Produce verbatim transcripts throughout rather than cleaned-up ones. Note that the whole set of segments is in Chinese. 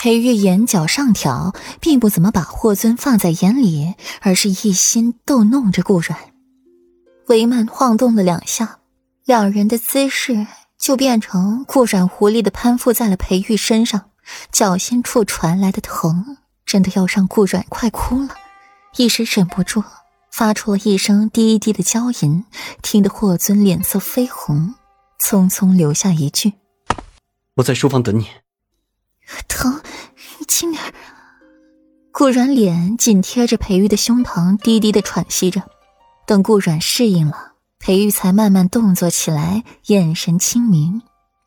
裴玉眼角上挑，并不怎么把霍尊放在眼里，而是一心逗弄着顾阮。帷幔晃动了两下，两人的姿势就变成顾阮无力地攀附在了裴玉身上，脚心处传来的疼真的要让顾阮快哭了，一时忍不住发出了一声低低的娇吟，听得霍尊脸色绯红，匆匆留下一句： 我在书房等你。 疼，你轻点。顾阮脸紧贴着裴玉的胸膛，低低地喘息着。等顾阮适应了，裴玉才慢慢动作起来，眼神清明。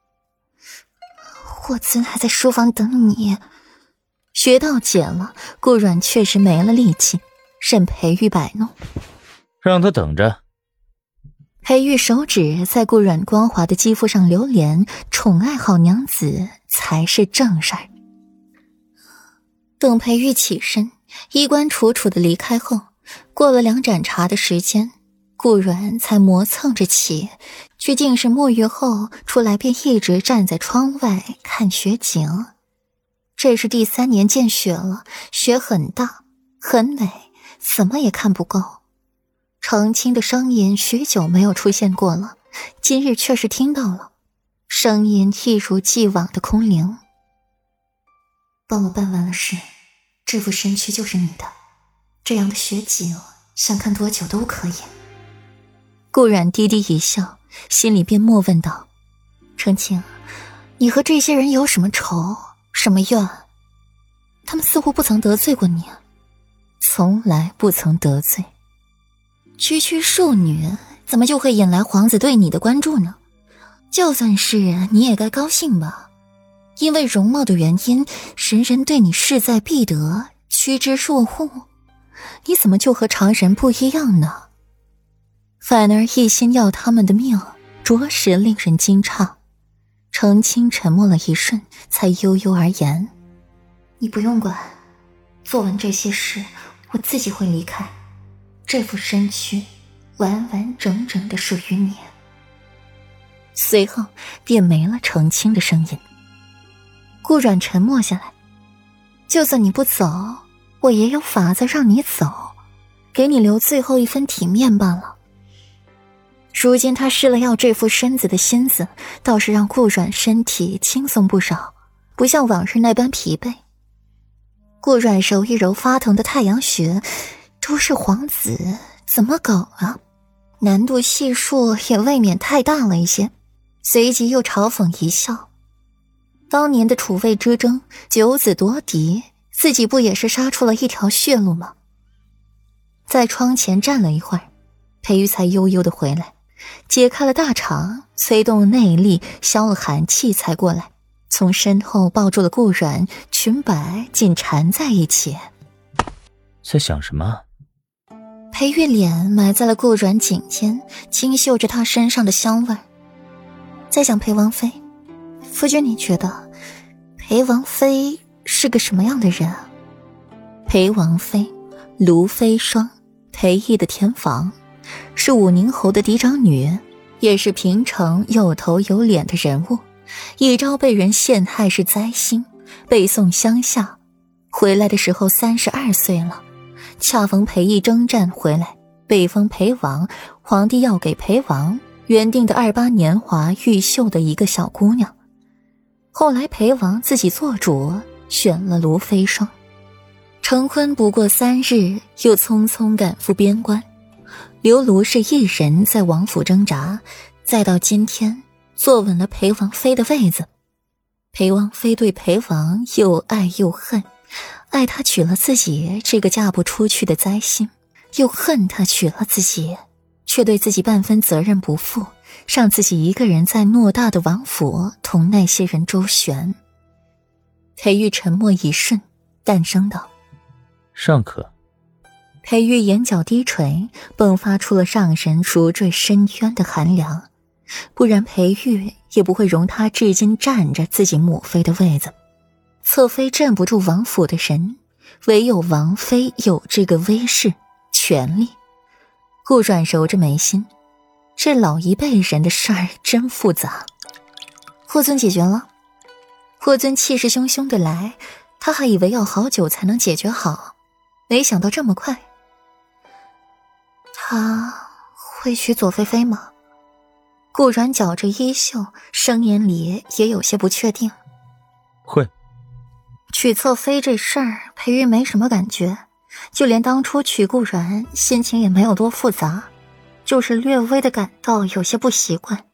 霍尊还在书房等你。穴道解了，顾阮确实没了力气，任裴玉摆弄。 让他等着。 裴玉手指在顾阮光滑的肌肤上流连，宠爱好娘子才是正事儿。等裴玉起身，衣冠楚楚的离开后，过了两盏茶的时间，顾阮才磨蹭着起，却竟是沐浴后出来便一直站在窗外看雪景。这是第三年见雪了，雪很大很美，怎么也看不够。程清的声音许久没有出现过了，今日却是听到了，声音一如既往的空灵。帮我办完了事，这副身躯就是你的，这样的雪景想看多久都可以。顾阮低低一笑，心里便默问道：程清，你和这些人有什么仇什么怨？他们似乎不曾得罪过你。从来不曾得罪。区区庶女怎么就会引来皇子对你的关注呢？就算是你也该高兴吧，因为容貌的原因，人人对你势在必得，趋之若鹜。你怎么就和常人不一样呢？反而一心要他们的命，着实令人惊诧。程清沉默了一瞬，才悠悠而言：你不用管，做完这些事我自己会离开，这副身躯完完整整的属于你。随后便没了程清的声音。顾阮沉默下来，就算你不走，我也有法子让你走，给你留最后一分体面罢了。如今他失了要这副身子的心思，倒是让顾阮身体轻松不少，不像往日那般疲惫。顾阮揉一揉发疼的太阳穴，都是皇子，怎么搞啊？难度系数也未免太大了一些，随即又嘲讽一笑。当年的楚魏之争，九子夺嫡，自己不也是杀出了一条血路吗？在窗前站了一会儿，裴玉才悠悠地回来，解开了大氅，催动内力，消了寒气才过来，从身后抱住了顾阮，裙摆紧缠在一起。 在想什么？ 裴玉脸埋在了顾阮颈间，轻嗅着他身上的香味。在想裴王妃，夫君你觉得裴王妃是个什么样的人啊？裴王妃，卢妃霜，裴义的天房，是武宁侯的嫡长女，也是平城有头有脸的人物，一朝被人陷害是灾星，被送乡下，回来的时候三十二岁了，恰逢裴义征战回来，被封裴王，皇帝要给裴王原定的二八年华玉秀的一个小姑娘。后来裴王自己做主，选了卢妃霜。成婚不过三日，又匆匆赶赴边关，刘卢是一人在王府挣扎，再到今天坐稳了裴王妃的位子。裴王妃对裴王又爱又恨，爱他娶了自己这个嫁不出去的灾星，又恨他娶了自己却对自己半分责任不负，让自己一个人在偌大的王府同那些人周旋。裴玉沉默一瞬，淡声道： 尚可。 裴玉眼角低垂，迸发出了让人如坠深渊的寒凉，不然裴玉也不会容他至今占着自己母妃的位子。侧妃镇不住王府的人，唯有王妃有这个威势权力。顾阮揉着眉心，这老一辈人的事儿真复杂。霍尊解决了。霍尊气势汹汹的来， 他还以为要好久才能解决好，没想到这么快。他会娶左菲菲吗？顾然绞着衣袖，声音里也有些不确定。 会。 娶侧妃这事儿，裴玉没什么感觉，就连当初娶顾然，心情也没有多复杂，就是略微的感到有些不习惯。